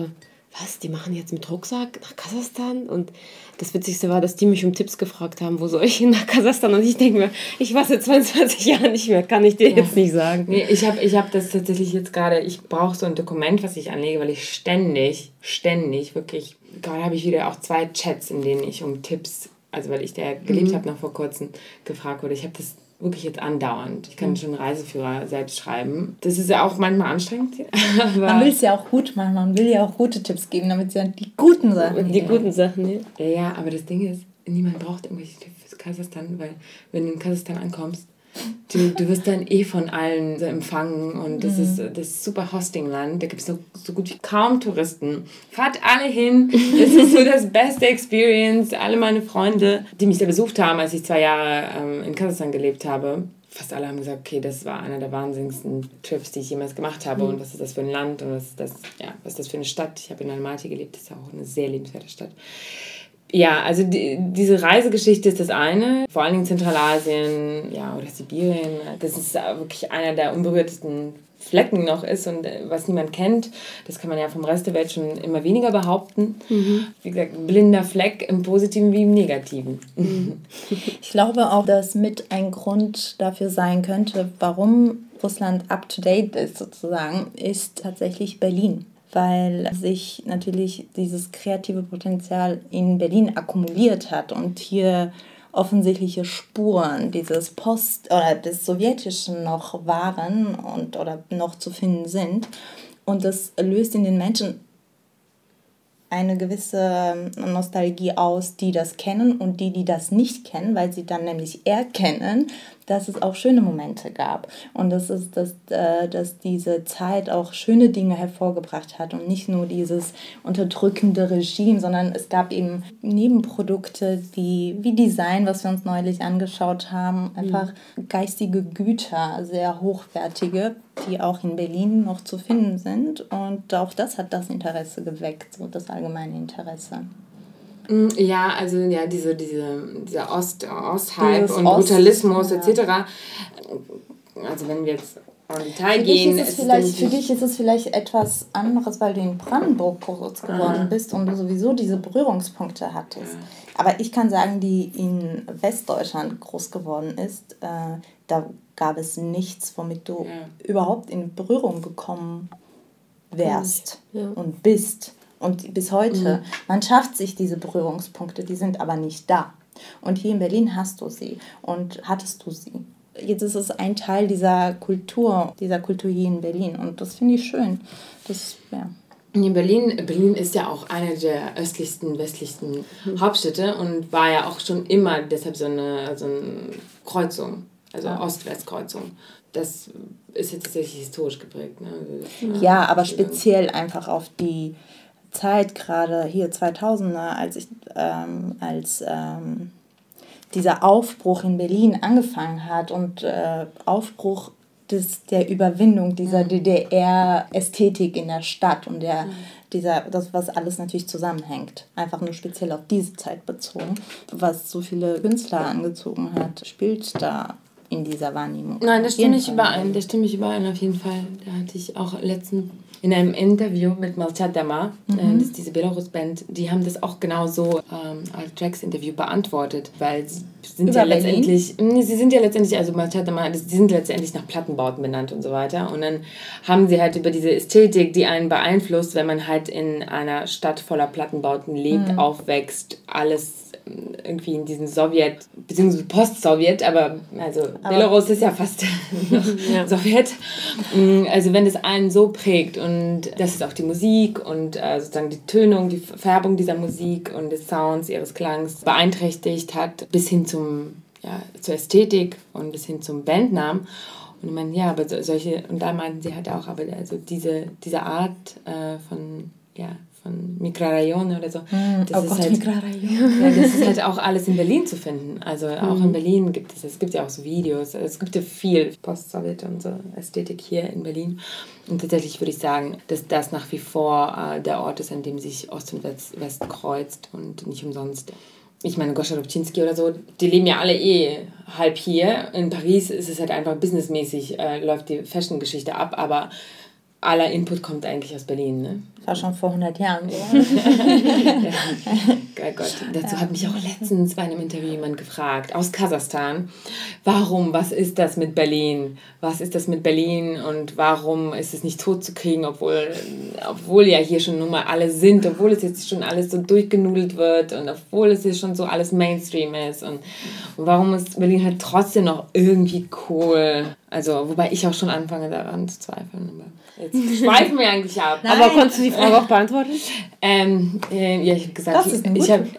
was, die machen jetzt mit Rucksack nach Kasachstan? Und das Witzigste war, dass die mich um Tipps gefragt haben, wo soll ich hin nach Kasachstan? Und ich denke mir, ich war seit 22 Jahren nicht mehr, kann ich dir jetzt nicht sagen. Nee, ich hab das tatsächlich jetzt gerade, ich brauche so ein Dokument, was ich anlege, weil ich ständig, wirklich, gerade habe ich wieder auch 2 Chats, in denen ich um Tipps, also weil ich da gelebt habe noch vor kurzem, gefragt wurde. Ich habe das wirklich jetzt andauernd. Ich kann schon Reiseführer selbst schreiben. Das ist ja auch manchmal anstrengend. Aber man will es ja auch gut machen. Man will ja auch gute Tipps geben, damit sie dann die guten Sachen Die guten Sachen, ja. Ja, aber das Ding ist, niemand braucht irgendwelche Tipps für Kasachstan, weil wenn du in Kasachstan ankommst, du wirst dann von allen so empfangen und das ist super Hostingland. Da gibt es so gut wie kaum Touristen. Fahrt alle hin. Das ist so das beste Experience. Alle meine Freunde, die mich da besucht haben, als ich 2 Jahre in Kasachstan gelebt habe, fast alle haben gesagt, okay, das war einer der wahnsinnigsten Trips, die ich jemals gemacht habe. Und was ist das für ein Land und was ist das für eine Stadt. Ich habe in Almaty gelebt, das ist ja auch eine sehr lebenswerte Stadt. Ja, also diese Reisegeschichte ist das eine, vor allen Dingen Zentralasien, ja, oder Sibirien, das ist wirklich einer der unberührtesten Flecken noch ist und was niemand kennt, das kann man ja vom Rest der Welt schon immer weniger behaupten. Wie gesagt, blinder Fleck im Positiven wie im Negativen. Ich glaube auch, dass mit ein Grund dafür sein könnte, warum Russland up-to-date ist sozusagen, ist tatsächlich Berlin. Weil sich natürlich dieses kreative Potenzial in Berlin akkumuliert hat und hier offensichtliche Spuren dieses oder des Sowjetischen noch waren oder noch zu finden sind. Und das löst in den Menschen eine gewisse Nostalgie aus, die das kennen und die das nicht kennen, weil sie dann nämlich erkennen, dass es auch schöne Momente gab und dass diese Zeit auch schöne Dinge hervorgebracht hat und nicht nur dieses unterdrückende Regime, sondern es gab eben Nebenprodukte, wie Design, was wir uns neulich angeschaut haben, einfach geistige Güter, sehr hochwertige, die auch in Berlin noch zu finden sind und auch das hat das Interesse geweckt, so das allgemeine Interesse. Ja, also ja, dieser Ost-Hype und Brutalismus etc. Also wenn wir jetzt in Detail gehen... Für dich ist es vielleicht etwas anderes, weil du in Brandenburg groß geworden bist und du sowieso diese Berührungspunkte hattest. Aber ich kann sagen, die in Westdeutschland groß geworden ist, da gab es nichts, womit du überhaupt in Berührung gekommen wärst und bist. Und bis heute, man schafft sich diese Berührungspunkte, die sind aber nicht da. Und hier in Berlin hast du sie und hattest du sie. Jetzt ist es ein Teil dieser Kultur hier in Berlin und das finde ich schön. In Berlin ist ja auch eine der östlichsten, westlichsten Hauptstädte und war ja auch schon immer deshalb so eine Kreuzung, also Ost-West-Kreuzung. Das ist jetzt tatsächlich historisch geprägt. Ne? Ja, aber speziell einfach auf die Zeit, gerade hier 2000er, als dieser Aufbruch in Berlin angefangen hat und Aufbruch der Überwindung dieser DDR-Ästhetik in der Stadt und das, was alles natürlich zusammenhängt. Einfach nur speziell auf diese Zeit bezogen, was so viele Künstler angezogen hat, spielt da in dieser Wahrnehmung. Nein, das stimme ich überein auf jeden Fall. Da hatte ich auch letztens in einem Interview mit Malchat Dama, das ist diese Belarus-Band, die haben das auch genau so als Tracks-Interview beantwortet, weil sie sind ja letztendlich, also Malchat Dama, die sind letztendlich nach Plattenbauten benannt und so weiter und dann haben sie halt über diese Ästhetik, die einen beeinflusst, wenn man halt in einer Stadt voller Plattenbauten lebt, aufwächst, alles irgendwie in diesen Sowjet, beziehungsweise Post-Sowjet, aber Belarus ist ja fast noch Sowjet. Also wenn das einen so prägt und das ist auch die Musik und sozusagen die Tönung, die Färbung dieser Musik und des Sounds, ihres Klangs beeinträchtigt hat, bis hin zur Ästhetik und bis hin zum Bandnamen. Und ich meine, aber und da meinten sie halt auch, aber also diese Art von Mikrarajon oder so. Das ist halt auch alles in Berlin zu finden. Also auch in Berlin gibt es ja auch so Videos, es gibt ja viel Post-Sowjet und so Ästhetik hier in Berlin. Und tatsächlich würde ich sagen, dass das nach wie vor der Ort ist, an dem sich Ost und West kreuzt und nicht umsonst. Ich meine, Goscha Rubczynski oder so, die leben ja alle halb hier. In Paris ist es halt einfach businessmäßig, läuft die Fashion-Geschichte ab, aber aller Input kommt eigentlich aus Berlin, ne? Das war schon vor 100 Jahren so. Ja. Gott. Dazu hat mich auch letztens bei einem Interview jemand gefragt, aus Kasachstan, was ist das mit Berlin? Was ist das mit Berlin und warum ist es nicht tot zu kriegen, obwohl ja hier schon nun mal alle sind, obwohl es jetzt schon alles so durchgenudelt wird und obwohl es jetzt schon so alles Mainstream ist und warum ist Berlin halt trotzdem noch irgendwie cool? Also, wobei ich auch schon anfange daran zu zweifeln. Jetzt schweifen wir eigentlich ab. Nein. Aber konntest du die Frage auch beantworten? Ja, ich habe gesagt, ich habe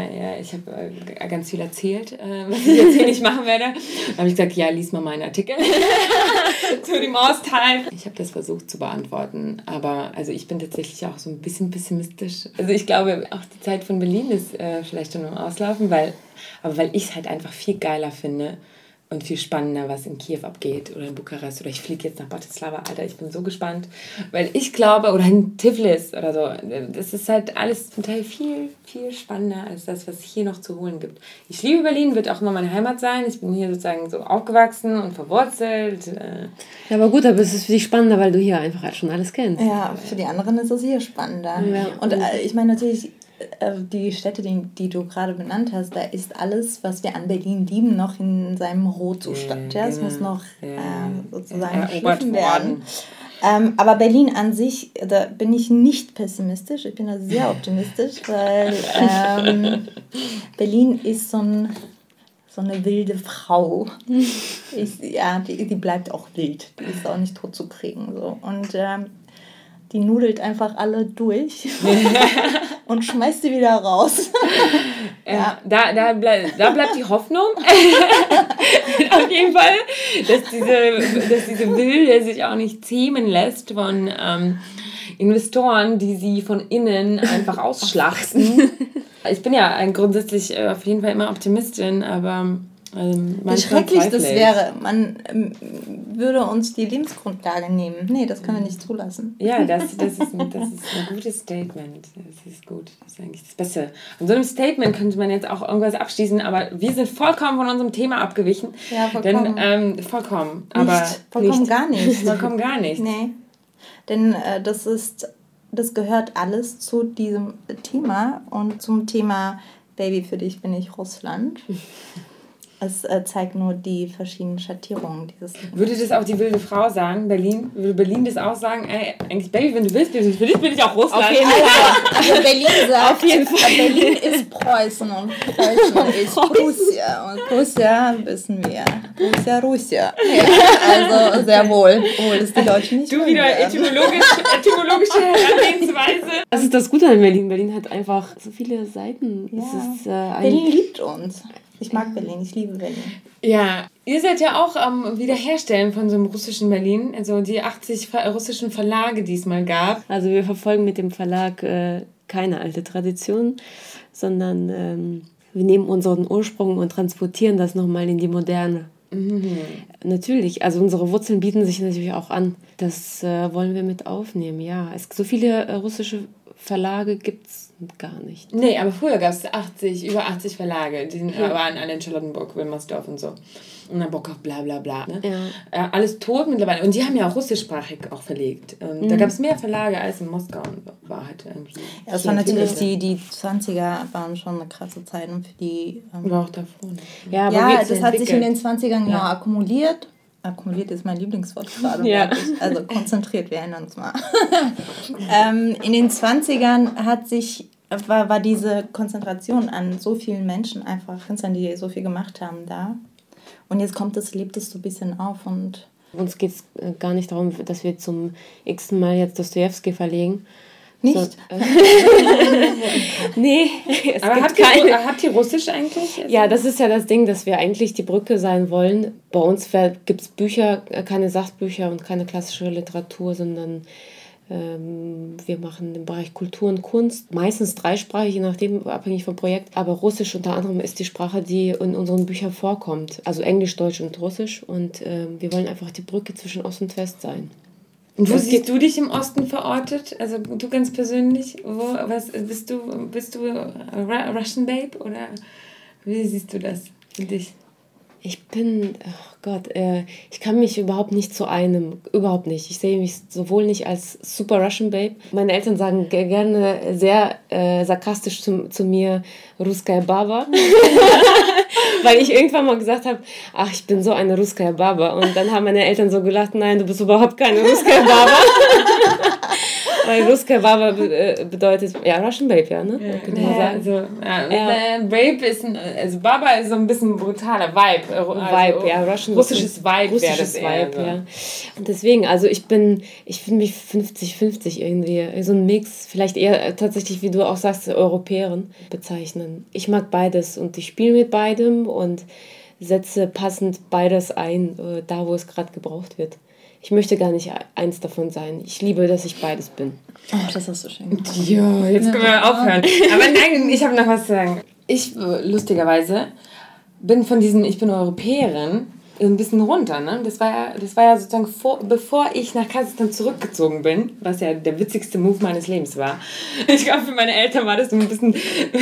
ganz viel erzählt, was ich jetzt hier nicht machen werde. Dann habe ich gesagt, ja, lies mal meinen Artikel zu dem Ostteil. Ich habe das versucht zu beantworten, aber also ich bin tatsächlich auch so ein bisschen pessimistisch. Also ich glaube, auch die Zeit von Berlin ist vielleicht schon im Auslaufen, weil ich es halt einfach viel geiler finde und viel spannender, was in Kiew abgeht oder in Bukarest oder ich fliege jetzt nach Bratislava, Alter, ich bin so gespannt, weil ich glaube, oder in Tiflis oder so, das ist halt alles zum Teil viel, viel spannender als das, was es hier noch zu holen gibt. Ich liebe Berlin, wird auch immer meine Heimat sein, ich bin hier sozusagen so aufgewachsen und verwurzelt. Ja, aber gut, aber es ist für dich spannender, weil du hier einfach halt schon alles kennst. Ja, für die anderen ist es hier spannender. Ja. Und ich meine natürlich, die Städte, die du gerade benannt hast, da ist alles, was wir an Berlin lieben, noch in seinem Rohzustand. Ja, es muss noch sozusagen geschliffen werden. Aber Berlin an sich, da bin ich nicht pessimistisch, ich bin da sehr optimistisch, weil Berlin ist so eine wilde Frau. Die bleibt auch wild, die ist auch nicht tot zu kriegen. So. Und die nudelt einfach alle durch und schmeißt sie wieder raus. Ja. Da bleibt die Hoffnung. Auf jeden Fall, dass diese Wilde sich auch nicht zähmen lässt von Investoren, die sie von innen einfach ausschlachten. Ich bin ja grundsätzlich auf jeden Fall immer Optimistin, aber wie schrecklich das wäre, man würde uns die Lebensgrundlage nehmen. Nee, das können wir nicht zulassen. Ja, das ist ein gutes Statement. Das ist gut, das ist eigentlich das Beste. An so einem Statement könnte man jetzt auch irgendwas abschließen, aber wir sind vollkommen von unserem Thema abgewichen. Ja, vollkommen. Vollkommen. Aber vollkommen gar nicht. Vollkommen gar nicht. Nee, denn das gehört alles zu diesem Thema und zum Thema Baby, für dich bin ich Russland. Es zeigt nur die verschiedenen Schattierungen dieses. Würde das auch die wilde Frau sagen, Berlin? Würde Berlin das auch sagen? Ey, eigentlich, Baby, wenn du willst, für dich bin ich auch Russland. Auf jeden Fall. Also Berlin sagt, auf jeden Fall. Berlin ist Preußen und Preußen ist Prussia. Und Prussia wissen wir. Prussia, Russia. Ja, also sehr wohl. Obwohl es die Deutschen nicht Du wieder etymologische Herangehensweise. Das ist das Gute an Berlin. Berlin hat einfach so viele Seiten. Ja. Berlin liebt uns. Ich mag Berlin, ich liebe Berlin. Ja, ihr seid ja auch am Wiederherstellen von so einem russischen Berlin, also die 80 russischen Verlage, die es mal gab. Also wir verfolgen mit dem Verlag keine alte Tradition, sondern wir nehmen unseren Ursprung und transportieren das nochmal in die Moderne. Mhm. Natürlich, also unsere Wurzeln bieten sich natürlich auch an. Das wollen wir mit aufnehmen, ja. So viele russische Verlage gibt es gar nicht. Nee, aber früher gab es über 80 Verlage. Die waren alle in Charlottenburg, Wilmersdorf und so. Und Nabokov, bla bla bla. Ne? Ja. Alles tot mittlerweile. Und die haben ja auch russischsprachig auch verlegt. Da gab es mehr Verlage als in Moskau. Und war halt irgendwie... Ja, das war natürlich die 20er waren schon eine krasse Zeit. Und für die... war auch davor. Ne? Ja, aber das hat sich in den 20ern genau akkumuliert. Akkumuliert ist mein Lieblingswort gerade. Ja. Also konzentriert, wir ändern uns mal. In den 20ern war diese Konzentration an so vielen Menschen einfach, Künstlern, die so viel gemacht haben, da. Und jetzt lebt es so ein bisschen auf. Und uns geht es gar nicht darum, dass wir zum x-ten Mal jetzt Dostojewski verlegen. Nicht? So, nee. Aber habt ihr Russisch eigentlich? Ja, das ist ja das Ding, dass wir eigentlich die Brücke sein wollen. Bei uns gibt es Bücher, keine Sachbücher und keine klassische Literatur, sondern wir machen im Bereich Kultur und Kunst, meistens dreisprachig, je nachdem, abhängig vom Projekt. Aber Russisch unter anderem ist die Sprache, die in unseren Büchern vorkommt. Also Englisch, Deutsch und Russisch. Und wir wollen einfach die Brücke zwischen Ost und West sein. Und wo siehst du dich im Osten verortet? Also du ganz persönlich? Bist du Russian Babe oder wie siehst du das für dich? Ich bin, oh Gott, ich kann mich überhaupt nicht zu einem, überhaupt nicht. Ich sehe mich sowohl nicht als super Russian Babe. Meine Eltern sagen gerne sehr sarkastisch zu mir, Russkaya Baba. Weil ich irgendwann mal gesagt habe, ach, ich bin so eine Russkaya Baba. Und dann haben meine Eltern so gelacht, nein, du bist überhaupt keine Russkaya Baba. Weil Russkaya Baba bedeutet, ja, Russian Babe, ja, ne? Ja, Könnte man sagen. also, Babe ist, also Baba ist so ein bisschen brutaler Vibe. Also Vibe, ja, russisches Vibe wäre das eher Vibe, so. ja. Und deswegen, also ich fühle mich 50-50 irgendwie. So ein Mix, vielleicht eher tatsächlich, wie du auch sagst, Europäerin bezeichnen. Ich mag beides und ich spiele mit beidem und setze passend beides ein, da wo es gerade gebraucht wird. Ich möchte gar nicht eins davon sein. Ich liebe, dass ich beides bin. Oh, das hast du schön gemacht. Ja, jetzt können wir aufhören. Aber nein, ich habe noch was zu sagen. Ich, lustigerweise, bin von diesem, ich bin Europäerin, ein bisschen runter. Ne? Das war ja sozusagen, bevor ich nach Kasachstan zurückgezogen bin, was ja der witzigste Move meines Lebens war. Ich glaube, für meine Eltern war das so ein bisschen...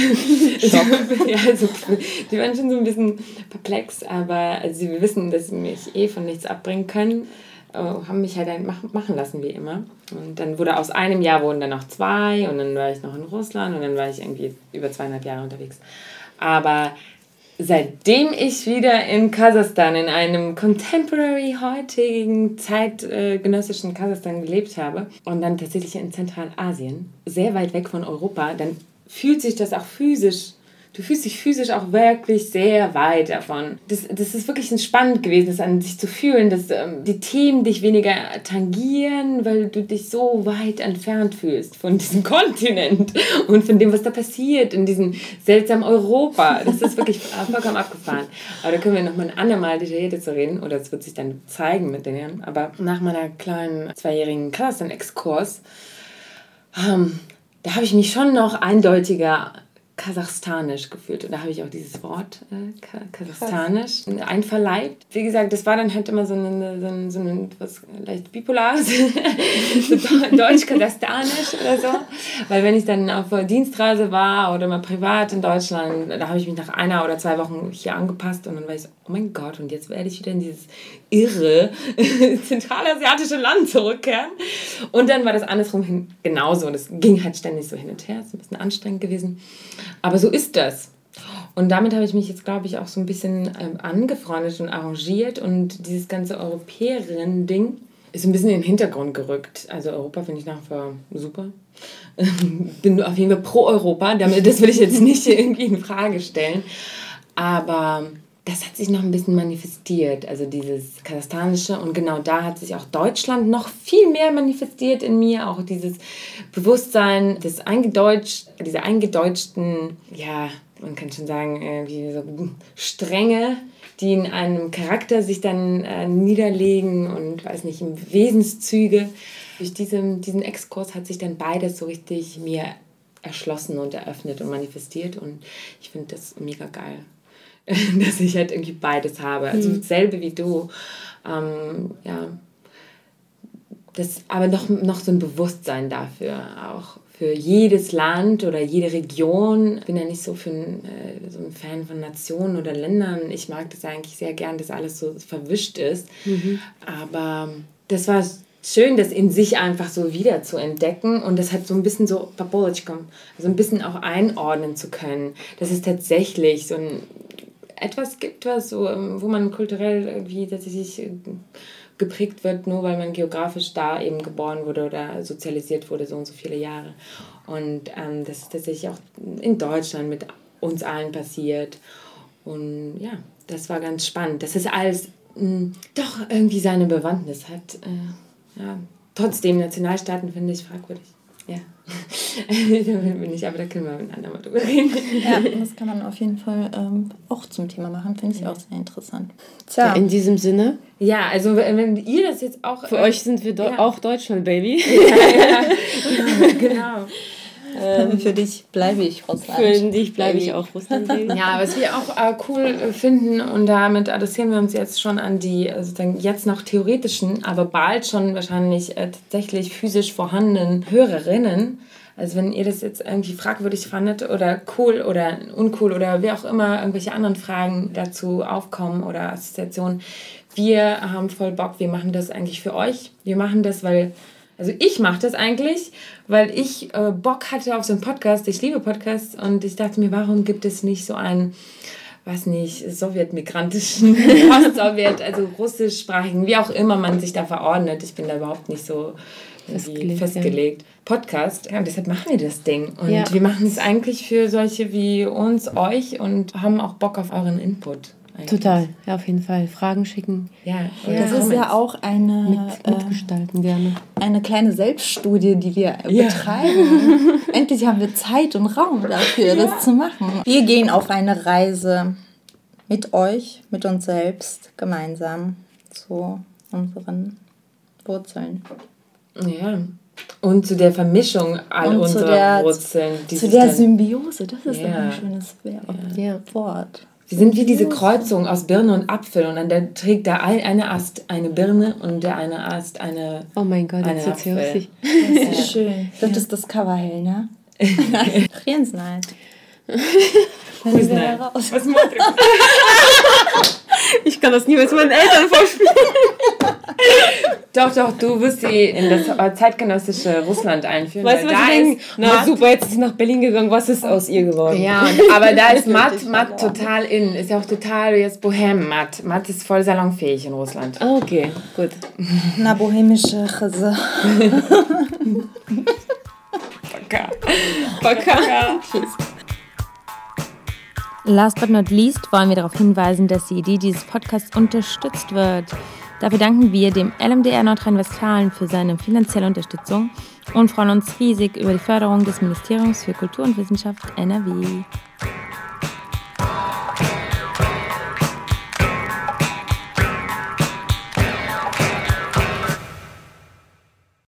ja, also, die waren schon so ein bisschen perplex, aber also, sie wissen, dass sie mich von nichts abbringen können. Haben mich halt machen lassen, wie immer. Und dann aus einem Jahr wurden dann noch 2 und dann war ich noch in Russland und dann war ich irgendwie über 2,5 Jahre unterwegs. Aber seitdem ich wieder in Kasachstan, in einem contemporary, heutigen, zeitgenössischen Kasachstan gelebt habe und dann tatsächlich in Zentralasien, sehr weit weg von Europa, dann fühlt sich das auch physisch. Du fühlst dich physisch auch wirklich sehr weit davon. Das ist wirklich spannend gewesen, das an sich zu fühlen, dass die Themen dich weniger tangieren, weil du dich so weit entfernt fühlst von diesem Kontinent und von dem, was da passiert in diesem seltsamen Europa. Das ist wirklich vollkommen abgefahren. Aber da können wir nochmal ein andermal detaillierter zu reden, oder es wird sich dann zeigen mit den Jahren. Aber nach meiner kleinen 2-jährigen Kasachstan-Exkurs, da habe ich mich schon noch eindeutiger kasachstanisch gefühlt. Und da habe ich auch dieses Wort kasachstanisch einverleibt. Wie gesagt, das war dann halt immer so ein was leicht bipolares, so deutsch-kasachstanisch oder so. Weil wenn ich dann auf Dienstreise war oder mal privat in Deutschland, da habe ich mich nach 1 oder 2 Wochen hier angepasst und dann war ich so, oh mein Gott, und jetzt werde ich wieder in dieses irre zentralasiatische Land zurückkehren. Und dann war das andersrum genauso. Und es ging halt ständig so hin und her. Es ist ein bisschen anstrengend gewesen. Aber so ist das. Und damit habe ich mich jetzt, glaube ich, auch so ein bisschen angefreundet und arrangiert. Und dieses ganze Europäerin-Ding ist ein bisschen in den Hintergrund gerückt. Also Europa finde ich nach wie vor super. Bin auf jeden Fall pro Europa. Das will ich jetzt nicht irgendwie in Frage stellen. Aber das hat sich noch ein bisschen manifestiert, also dieses Kasachstanische. Und genau da hat sich auch Deutschland noch viel mehr manifestiert in mir. Auch dieses Bewusstsein, dieser eingedeutschten, ja, man kann schon sagen, wie so Stränge, die in einem Charakter sich dann niederlegen und, weiß nicht, Wesenszüge. Durch diesen Exkurs hat sich dann beides so richtig mir erschlossen und eröffnet und manifestiert. Und ich finde das mega geil, dass ich halt irgendwie beides habe. Also dasselbe wie du. Ja. Das, aber noch so ein Bewusstsein dafür auch. Für jedes Land oder jede Region. Ich bin ja nicht so so ein Fan von Nationen oder Ländern. Ich mag das eigentlich sehr gern, dass alles so verwischt ist. Aber das war schön, das in sich einfach so wieder zu entdecken und das hat so ein bisschen so also ein bisschen auch einordnen zu können. Dass es tatsächlich so etwas gibt, was so, wo man kulturell irgendwie tatsächlich geprägt wird, nur weil man geografisch da eben geboren wurde oder sozialisiert wurde, so und so viele Jahre. Und das ist tatsächlich auch in Deutschland mit uns allen passiert. Und ja, das war ganz spannend, dass es alles doch irgendwie seine Bewandtnis hat. Ja, trotzdem, Nationalstaaten finde ich fragwürdig. Ja, aber da können wir ein andermal drüber reden. Ja, das kann man auf jeden Fall auch zum Thema machen, finde ich auch sehr interessant. Tja. Ja, in diesem Sinne. Ja, also wenn ihr das jetzt auch... Für euch sind wir auch Deutschland, Baby. Ja, genau. Für dich bleibe ich Russland. Für dich bleibe ich auch Russland. Ja, was wir auch cool finden und damit adressieren wir uns jetzt schon an die sozusagen jetzt noch theoretischen, aber bald schon wahrscheinlich tatsächlich physisch vorhandenen Hörerinnen. Also wenn ihr das jetzt irgendwie fragwürdig fandet oder cool oder uncool oder wie auch immer irgendwelche anderen Fragen dazu aufkommen oder Assoziationen, wir haben voll Bock, wir machen das eigentlich für euch. Wir machen das, also ich mache das eigentlich, weil ich Bock hatte auf so einen Podcast. Ich liebe Podcasts und ich dachte mir, warum gibt es nicht so einen, weiß nicht, sowjetmigrantischen, Post-Sowjet, also russischsprachigen, wie auch immer man sich da verordnet. Ich bin da überhaupt nicht so festgelegt. Ja. Podcast, ja, und deshalb machen wir das Ding. Und wir machen es eigentlich für solche wie uns, euch und haben auch Bock auf euren Input. Eigentlich. Total, ja, auf jeden Fall. Fragen schicken. Ja, das ist ja auch eine mitgestalten gerne. Eine kleine Selbststudie, die wir betreiben. Endlich haben wir Zeit und Raum dafür, das zu machen. Wir gehen auf eine Reise mit euch, mit uns selbst, gemeinsam zu unseren Wurzeln. Ja. Und zu der Vermischung all unserer Wurzeln. Zu der Symbiose, das ist doch ein schönes Wort. Wir sind wie diese Kreuzung aus Birne und Apfel und dann trägt der eine Ast eine Birne und der eine Ast eine Oh mein Gott, das ist ja lustig. Das ist schön. Das ist das Cover hell, ne? Friensnight. Was macht ihr? Ich kann das niemals meinen Eltern vorspielen. Doch, du wirst sie in das zeitgenössische Russland einführen. Weißt du, was ich denke? Na super, jetzt ist sie nach Berlin gegangen, was ist aus ihr geworden? Ja, aber da ist Matt total in. Ist ja auch total jetzt Bohem Matt. Matt ist voll salonfähig in Russland. Ah, okay, gut. Na, bohemische Chase. Baka. Tschüss. Last but not least wollen wir darauf hinweisen, dass die Idee dieses Podcasts unterstützt wird. Dafür danken wir dem LMDR Nordrhein-Westfalen für seine finanzielle Unterstützung und freuen uns riesig über die Förderung des Ministeriums für Kultur und Wissenschaft NRW.